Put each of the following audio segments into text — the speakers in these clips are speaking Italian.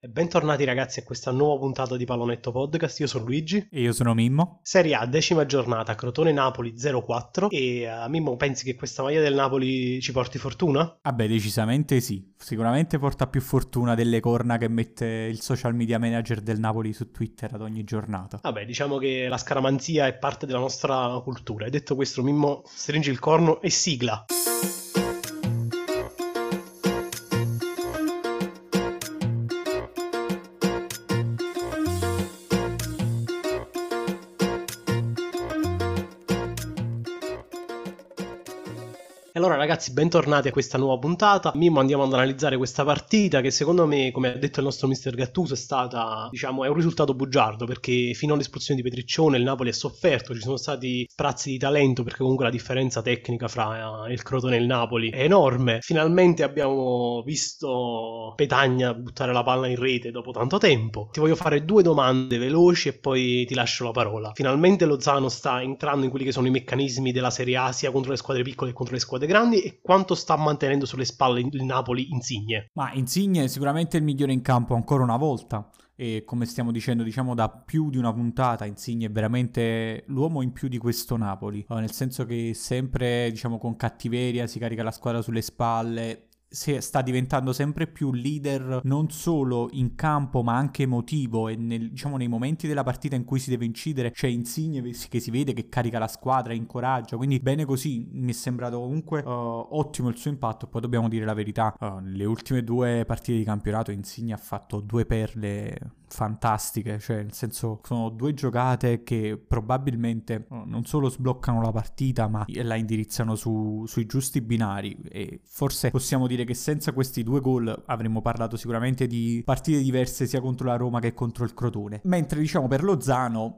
E bentornati ragazzi a questa nuova puntata di Pallonetto Podcast, io sono Luigi. E io sono Mimmo. Serie A, 10ª giornata, Crotone-Napoli 0-4 e Mimmo, pensi che questa maglia del Napoli ci porti fortuna? Vabbè, decisamente sì, sicuramente porta più fortuna delle corna che mette il social media manager del Napoli su Twitter ad ogni giornata. Vabbè, diciamo che la scaramanzia è parte della nostra cultura, e detto questo Mimmo, stringi il corno e sigla! Allora ragazzi, bentornati a questa nuova puntata. Mimmo, andiamo ad analizzare questa partita che secondo me, come ha detto il nostro mister Gattuso, è stata, è un risultato bugiardo, perché fino all'espulsione di Petriccione il Napoli ha sofferto, ci sono stati sprazzi di talento, perché comunque la differenza tecnica fra il Crotone e il Napoli è enorme. Finalmente abbiamo visto Petagna buttare la palla in rete dopo tanto tempo. Ti voglio fare due domande veloci e poi ti lascio la parola. Finalmente Lozano sta entrando in quelli che sono i meccanismi della Serie A, sia contro le squadre piccole che contro le squadre grandi, e quanto sta mantenendo sulle spalle il Napoli Insigne? Ma Insigne è sicuramente il migliore in campo ancora una volta. E come stiamo dicendo, diciamo da più di una puntata, Insigne è veramente l'uomo in più di questo Napoli, nel senso che sempre, diciamo, con cattiveria si carica la squadra sulle spalle. Sta diventando sempre più leader non solo in campo ma anche emotivo, e nei momenti della partita in cui si deve incidere c'è Insigne che si vede che carica la squadra, incoraggia, quindi bene così. Mi è sembrato comunque ottimo il suo impatto. Poi dobbiamo dire la verità, nelle ultime due partite di campionato Insigne ha fatto due perle fantastiche, cioè nel senso sono due giocate che probabilmente non solo sbloccano la partita ma la indirizzano sui giusti binari, e forse possiamo dire che senza questi due gol avremmo parlato sicuramente di partite diverse sia contro la Roma che contro il Crotone. Mentre diciamo per Lozano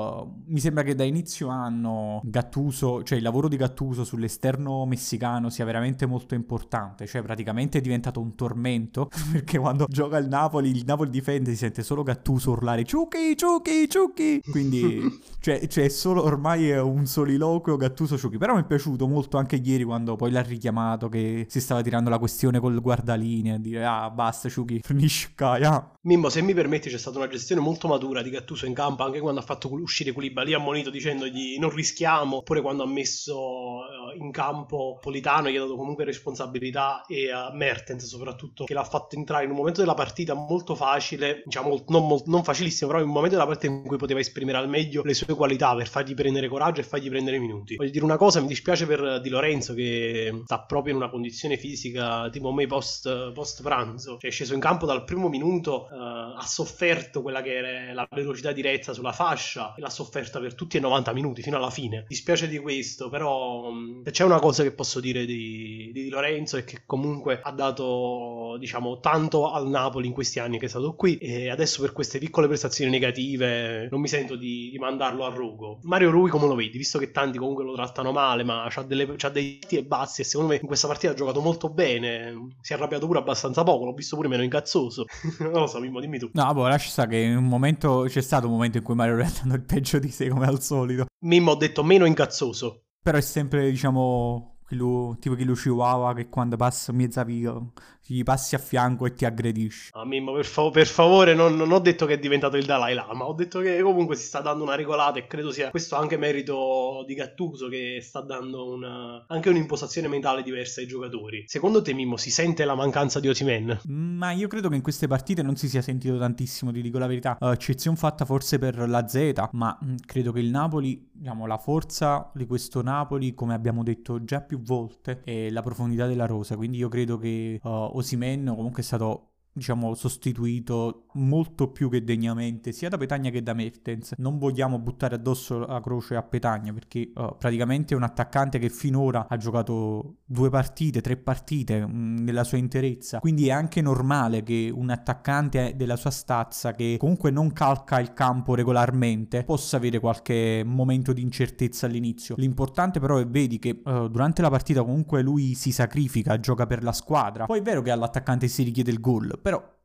mi sembra che da inizio anno Gattuso, cioè il lavoro di Gattuso sull'esterno messicano sia veramente molto importante, cioè praticamente è diventato un tormento perché quando gioca il Napoli difende, si sente solo Gattuso urlare Ciucchi, Ciucchi, Ciucchi, quindi cioè solo ormai è un soliloquio Gattuso Ciucchi. Però mi è piaciuto molto anche ieri quando poi l'ha richiamato, che si stava tirando la questione col guardalinee, a dire basta Ciucchi, finisci qua. Mimmo, se mi permetti, c'è stata una gestione molto matura di Gattuso in campo, anche quando ha fatto uscire Koulibaly ammonito dicendogli non rischiamo, oppure quando ha messo in campo Politano, gli ha dato comunque responsabilità, e Mertens soprattutto, che l'ha fatto entrare in un momento della partita molto facile, diciamo non facilissimo, però in un momento della partita in cui poteva esprimere al meglio le sue qualità per fargli prendere coraggio e fargli prendere minuti. Voglio dire una cosa, mi dispiace per Di Lorenzo, che sta proprio in una condizione fisica tipo me post pranzo, cioè è sceso in campo dal primo minuto, ha sofferto quella che era la velocità diretta sulla fascia, e l'ha sofferta per tutti i 90 minuti fino alla fine. Dispiace di questo, però se c'è una cosa che posso dire di Lorenzo è che comunque ha dato, diciamo, tanto al Napoli in questi anni che è stato qui, e adesso per queste piccole prestazioni negative non mi sento di mandarlo a rogo. Mario Rui come lo vedi? Visto che tanti comunque lo trattano male, ma c'ha dei alti e bassi, e secondo me in questa partita ha giocato molto bene, si è arrabbiato pure abbastanza poco, l'ho visto pure meno incazzoso. Non lo so, Mimmo, dimmi tu. No, boh, lascia stare che c'è stato un momento in cui Mario Rui ha dato il peggio di sé come al solito. Mimmo, ho detto meno incazzoso. Però è sempre, diciamo, tipo quello chihuahua che quando passa mezza via gli passi a fianco e ti aggredisce. Mimmo, per favore, non ho detto che è diventato il Dalai Lama, ho detto che comunque si sta dando una regolata, e credo sia questo anche merito di Gattuso, che sta dando anche un'impostazione mentale diversa ai giocatori. Secondo te, Mimmo, si sente la mancanza di Osimhen? Ma io credo che in queste partite non si sia sentito tantissimo, ti dico la verità, eccezione fatta forse per la Z, ma credo che il Napoli, diciamo, la forza di questo Napoli, come abbiamo detto già più volte, è la profondità della rosa, quindi io credo che Osimhen comunque è stato, diciamo, sostituito molto più che degnamente sia da Petagna che da Mertens. Non vogliamo buttare addosso la croce a Petagna, perché praticamente è un attaccante che finora ha giocato 2 partite, 3 partite nella sua interezza, quindi è anche normale che un attaccante della sua stazza, che comunque non calca il campo regolarmente, possa avere qualche momento di incertezza all'inizio. L'importante però è, vedi che durante la partita comunque lui si sacrifica, gioca per la squadra. Poi è vero che all'attaccante si richiede il gol, però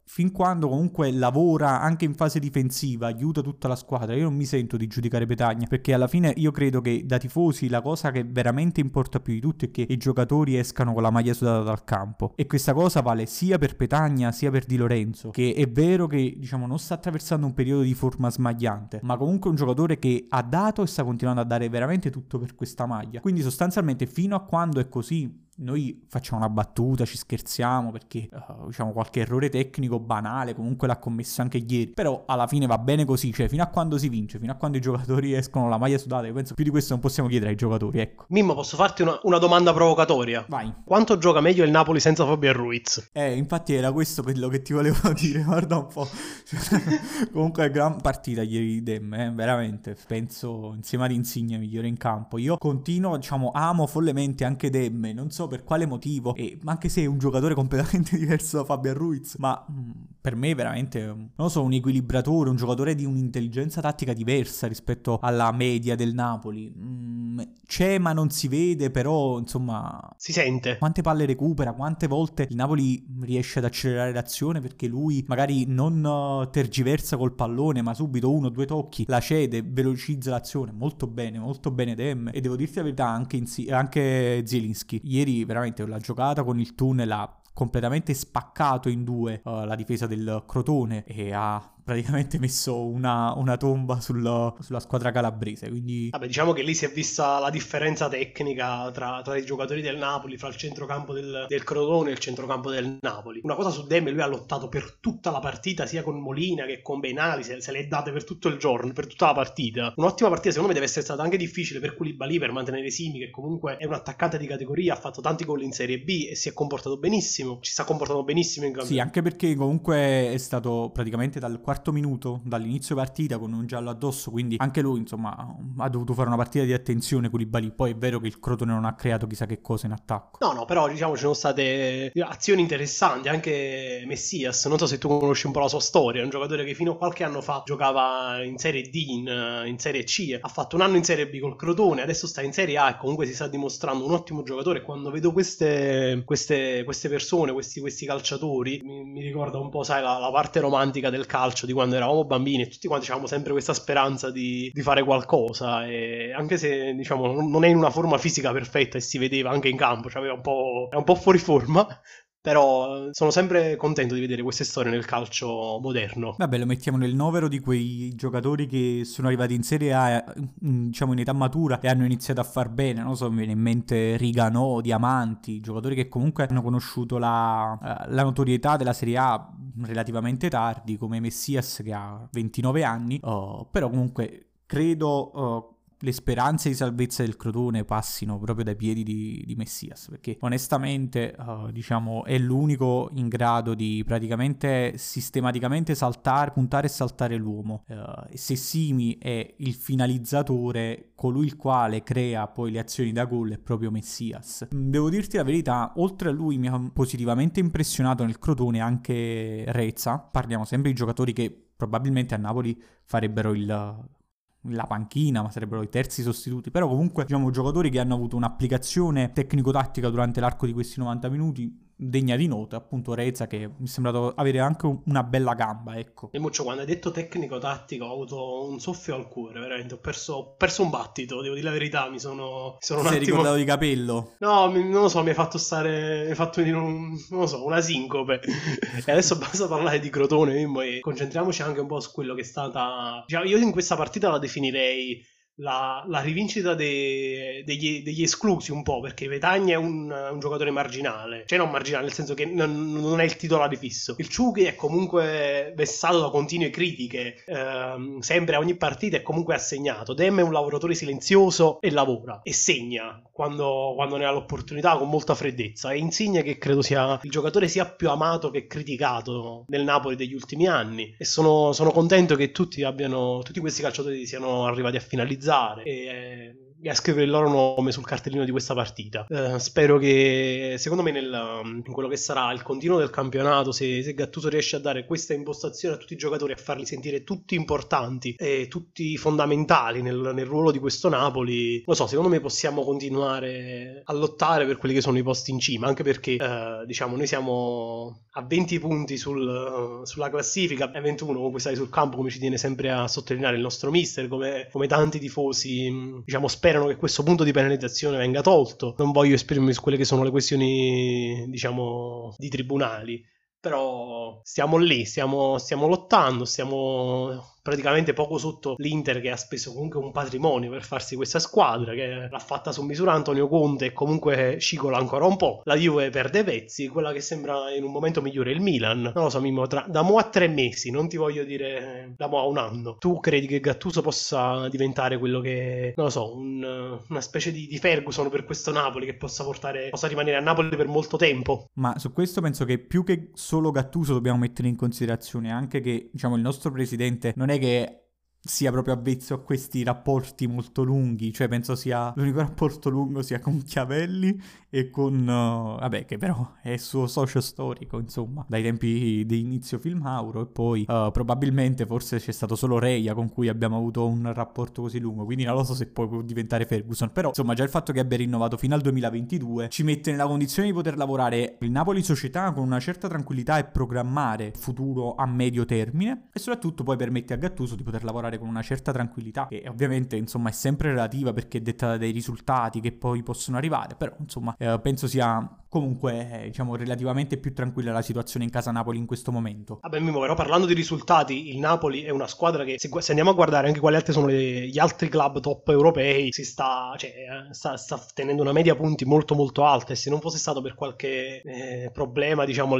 fin quando comunque lavora anche in fase difensiva, aiuta tutta la squadra, io non mi sento di giudicare Petagna, perché alla fine io credo che da tifosi la cosa che veramente importa più di tutto è che i giocatori escano con la maglia sudata dal campo, e questa cosa vale sia per Petagna sia per Di Lorenzo, che è vero che diciamo non sta attraversando un periodo di forma smagliante, ma comunque è un giocatore che ha dato e sta continuando a dare veramente tutto per questa maglia. Quindi sostanzialmente fino a quando è così noi facciamo una battuta, ci scherziamo perché diciamo qualche errore tecnico banale comunque l'ha commesso anche ieri, però alla fine va bene così, cioè fino a quando si vince, fino a quando i giocatori escono la maglia sudata, io penso più di questo non possiamo chiedere ai giocatori, ecco. Mimmo, posso farti una domanda provocatoria? Vai. Quanto gioca meglio il Napoli senza Fabian Ruiz? Infatti era questo quello che ti volevo dire, guarda un po'. Comunque gran partita ieri di Demme, veramente, penso insieme ad Insigne migliore in campo. Io continuo, diciamo, amo follemente anche Demme, non so per quale motivo, e anche se è un giocatore completamente diverso da Fabian Ruiz, ma per me veramente, non lo so, un equilibratore, un giocatore di un'intelligenza tattica diversa rispetto alla media del Napoli. C'è ma non si vede, però insomma si sente. Quante palle recupera, quante volte il Napoli riesce ad accelerare l'azione perché lui magari non tergiversa col pallone, ma subito 1 o 2 tocchi la cede, velocizza l'azione. Molto bene Dem. E devo dirti la verità, anche Zielinski ieri veramente la giocata con il tunnel ha completamente spaccato in due la difesa del Crotone e ha praticamente messo una tomba sulla squadra calabrese, quindi vabbè, diciamo che lì si è vista la differenza tecnica tra i giocatori del Napoli, fra il centrocampo del Crotone e il centrocampo del Napoli. Una cosa su Demme, lui ha lottato per tutta la partita, sia con Molina che con Benali, se le è date per tutto il giorno, per tutta la partita. Un'ottima partita, secondo me deve essere stata anche difficile per Koulibaly, per mantenere Simi, che comunque è un attaccante di categoria, ha fatto tanti gol in Serie B e si è comportato benissimo, ci sta comportando benissimo in campo. Sì, anche perché comunque è stato praticamente dal quarto minuto dall'inizio partita con un giallo addosso, quindi anche lui insomma ha dovuto fare una partita di attenzione Koulibaly. Poi è vero che il Crotone non ha creato chissà che cosa in attacco. No, però diciamo ci sono state azioni interessanti, anche Messias, non so se tu conosci un po' la sua storia, è un giocatore che fino a qualche anno fa giocava in Serie D, in Serie C, ha fatto un anno in Serie B col Crotone, adesso sta in Serie A e comunque si sta dimostrando un ottimo giocatore. Quando vedo queste persone, questi calciatori, mi ricorda un po', sai, la parte romantica del calcio di quando eravamo bambini e tutti quanti avevamo sempre questa speranza di fare qualcosa, e anche se diciamo non è in una forma fisica perfetta e si vedeva anche in campo, cioè è un po' fuori forma, però sono sempre contento di vedere queste storie nel calcio moderno. Vabbè, lo mettiamo nel novero di quei giocatori che sono arrivati in Serie A diciamo in età matura e hanno iniziato a far bene, non so, mi viene in mente Rigano, Diamanti, giocatori che comunque hanno conosciuto la notorietà della Serie A relativamente tardi, come Messias che ha 29 anni, però comunque credo le speranze di salvezza del Crotone passino proprio dai piedi di Messias, perché onestamente diciamo è l'unico in grado di praticamente sistematicamente puntare e saltare l'uomo, e se Simi è il finalizzatore, colui il quale crea poi le azioni da gol è proprio Messias. Devo dirti la verità, oltre a lui mi ha positivamente impressionato nel Crotone anche Rezza. Parliamo sempre di giocatori che probabilmente a Napoli farebbero la panchina, ma sarebbero i terzi sostituti, però comunque diciamo giocatori che hanno avuto un'applicazione tecnico-tattica durante l'arco di questi 90 minuti degna di nota, appunto Rezza, che mi è sembrato avere anche una bella gamba, ecco. E Muccio, quando hai detto tecnico-tattico ho avuto un soffio al cuore, veramente, ho perso un battito, devo dire la verità, mi sono un Sei attimo ricordato di Capello? No, non lo so, mi hai fatto venire non lo so, una sincope. E adesso basta parlare di Crotone, e concentriamoci anche un po' su quello che è stata, diciamo, io in questa partita la definirei la rivincita degli esclusi un po', perché Petagna è un giocatore marginale, cioè non marginale nel senso che non è il titolare fisso. Il Ciughi è comunque vessato da continue critiche, sempre a ogni partita è comunque assegnato. Dem è un lavoratore silenzioso e lavora e segna quando ne ha l'opportunità con molta freddezza, e Insigne che credo sia il giocatore sia più amato che criticato nel Napoli degli ultimi anni, e sono contento che tutti questi calciatori siano arrivati a finalizzare, e e a scrivere il loro nome sul cartellino di questa partita. Spero che, secondo me, in quello che sarà il continuo del campionato, se Gattuso riesce a dare questa impostazione a tutti i giocatori, a farli sentire tutti importanti e tutti fondamentali nel ruolo di questo Napoli, lo so, secondo me possiamo continuare a lottare per quelli che sono i posti in cima, anche perché diciamo noi siamo a 20 punti sulla classifica e 21 comunque stai sul campo, come ci tiene sempre a sottolineare il nostro mister, come tanti tifosi diciamo sperano che questo punto di penalizzazione venga tolto. Non voglio esprimermi su quelle che sono le questioni diciamo di tribunali, però stiamo lì, stiamo lottando, stiamo praticamente poco sotto l'Inter, che ha speso comunque un patrimonio per farsi questa squadra, che l'ha fatta su misura Antonio Conte e comunque scicola ancora un po'. La Juve perde pezzi, quella che sembra in un momento migliore è il Milan. Non lo so, Mimmo, da mo' a 3 mesi, non ti voglio dire da mo' a un anno, tu credi che Gattuso possa diventare quello che, non lo so, una specie di Ferguson per questo Napoli, che possa rimanere a Napoli per molto tempo? Ma su questo penso che più che solo Gattuso dobbiamo mettere in considerazione anche che, diciamo, il nostro presidente non è che sia proprio avvezzo a questi rapporti molto lunghi, cioè penso sia l'unico rapporto lungo sia con Chiavelli e con vabbè, che però è il suo socio storico, insomma, dai tempi di inizio Filmauro, e poi probabilmente forse c'è stato solo Reia con cui abbiamo avuto un rapporto così lungo, quindi non lo so se poi può diventare Ferguson, però insomma già il fatto che abbia rinnovato fino al 2022 ci mette nella condizione di poter lavorare il Napoli società con una certa tranquillità e programmare il futuro a medio termine, e soprattutto poi permette a Gattuso di poter lavorare con una certa tranquillità, che ovviamente insomma è sempre relativa perché è dettata dai risultati che poi possono arrivare, però insomma penso sia comunque diciamo relativamente più tranquilla la situazione in casa Napoli in questo momento. Vabbè Mimo, però parlando di risultati, il Napoli è una squadra che se andiamo a guardare anche quali altri sono gli altri club top europei, sta tenendo una media punti molto molto alta, e se non fosse stato per qualche problema diciamo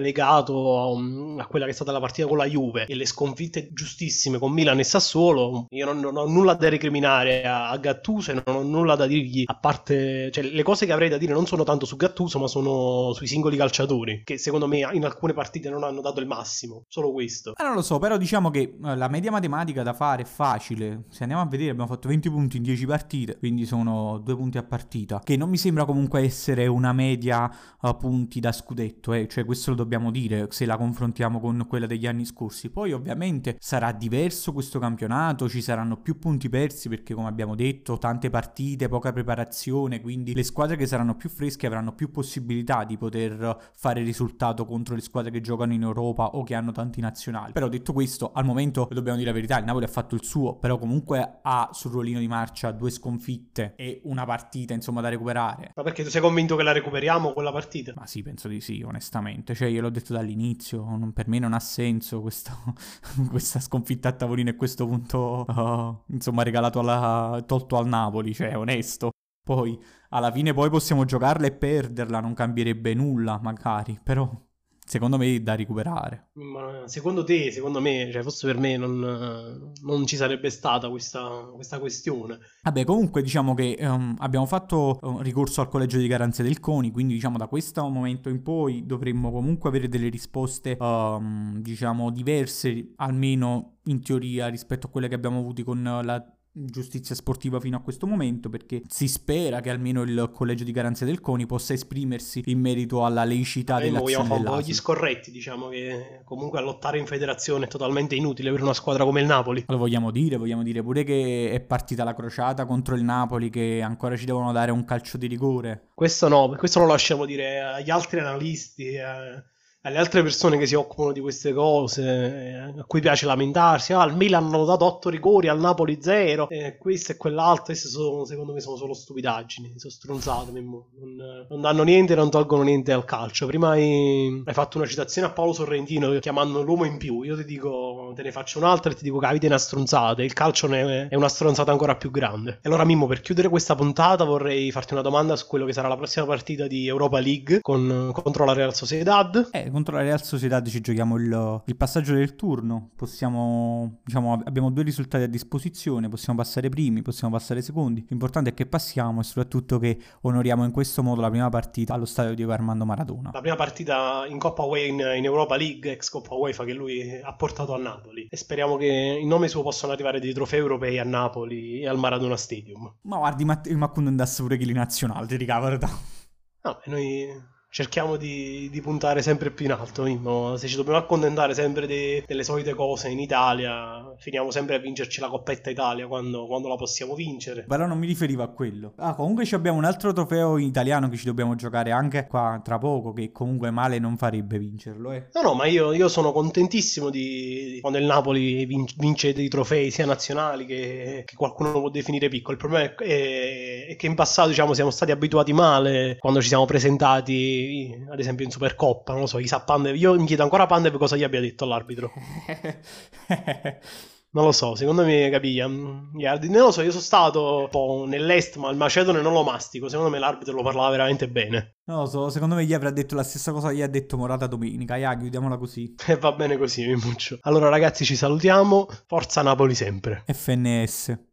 legato a quella che è stata la partita con la Juve e le sconfitte giustissime con Milan e Sassuolo, io non ho nulla da recriminare a Gattuso e non ho nulla da dirgli, a parte, cioè le cose che avrei da dire non sono tanto su Gattuso ma sono sui singoli calciatori, che secondo me in alcune partite non hanno dato il massimo, solo questo. Non lo so, però diciamo che la media matematica da fare è facile. Se andiamo a vedere, abbiamo fatto 20 punti in 10 partite, quindi sono 2 punti a partita, che non mi sembra comunque essere una media punti da scudetto, cioè questo lo dobbiamo dire se la confrontiamo con quella degli anni scorsi. Poi ovviamente sarà diverso questo campionato, ci saranno più punti persi perché, come abbiamo detto, tante partite, poca preparazione, quindi le squadre che saranno più fresche avranno più possibilità di poter fare risultato contro le squadre che giocano in Europa o che hanno tanti nazionali. Però detto questo, al momento dobbiamo dire la verità, il Napoli ha fatto il suo, però comunque ha sul rollino di marcia 2 sconfitte e una partita insomma da recuperare. Ma perché tu sei convinto che la recuperiamo quella partita? Ma sì, penso di sì, onestamente, cioè io l'ho detto dall'inizio, per me non ha senso questa sconfitta a tavolino e questo punto insomma tolto al Napoli, cioè onesto. Poi alla fine poi possiamo giocarla e perderla, non cambierebbe nulla magari, però secondo me è da recuperare. Ma secondo me, cioè forse per me non ci sarebbe stata questa questione. Vabbè, comunque diciamo che abbiamo fatto ricorso al collegio di garanzia del CONI, quindi diciamo da questo momento in poi dovremmo comunque avere delle risposte diciamo diverse, almeno in teoria, rispetto a quelle che abbiamo avuti con la giustizia sportiva fino a questo momento, perché si spera che almeno il collegio di garanzia del CONI possa esprimersi in merito alla laicità dell'azione dell'ASI. Vogliamo gli scorretti, diciamo che comunque a lottare in federazione è totalmente inutile per una squadra come il Napoli. Lo vogliamo dire pure che è partita la crociata contro il Napoli, che ancora ci devono dare un calcio di rigore. Questo no, questo lo lasciamo dire agli altri analisti, alle altre persone che si occupano di queste cose, a cui piace lamentarsi. Al Milan hanno dato 8 rigori, al Napoli 0, questo e quell'altro. Queste secondo me sono solo stupidaggini, sono stronzate, non danno niente, non tolgono niente al calcio. Prima hai fatto una citazione a Paolo Sorrentino chiamando l'uomo in più, io ti dico, te ne faccio un'altra e ti dico che la vita è una stronzata, il calcio è una stronzata ancora più grande. E allora Mimmo, per chiudere questa puntata vorrei farti una domanda su quello che sarà la prossima partita di Europa League contro la Real Sociedad. contro la Real Sociedad ci giochiamo il passaggio del turno, possiamo, diciamo, abbiamo 2 risultati a disposizione, possiamo passare primi, possiamo passare secondi, l'importante è che passiamo e soprattutto che onoriamo in questo modo la prima partita allo stadio Diego Armando Maradona. La prima partita in Coppa UE in Europa League, ex Coppa UEFA, che lui ha portato a Napoli, e speriamo che in nome suo possano arrivare dei trofei europei a Napoli e al Maradona Stadium. Ma guardi, ma quando andasse pure chi li nazionali, ti dica la verità. No, noi cerchiamo di puntare sempre più in alto, Mimmo. Se ci dobbiamo accontentare sempre delle solite cose in Italia, finiamo sempre a vincerci la Coppetta Italia quando la possiamo vincere. Però non mi riferivo a quello. Comunque ci abbiamo un altro trofeo italiano che ci dobbiamo giocare anche qua tra poco, che comunque male non farebbe vincerlo, No, ma io sono contentissimo di quando il Napoli vince dei trofei sia nazionali che qualcuno può definire piccoli. Il problema è che in passato, diciamo, siamo stati abituati male quando ci siamo presentati, ad esempio in Supercoppa, non lo so, Isa Pandev. Io mi chiedo ancora Pandev cosa gli abbia detto all'arbitro. Non lo so, secondo me capì. Non lo so, io sono stato un po' nell'est, ma il macedone non lo mastico. Secondo me l'arbitro lo parlava veramente bene. Non lo so, secondo me gli avrà detto la stessa cosa che gli ha detto Morata domenica. Chiudiamola così. E va bene così, mi muccio. Allora ragazzi, ci salutiamo. Forza Napoli sempre. FNS.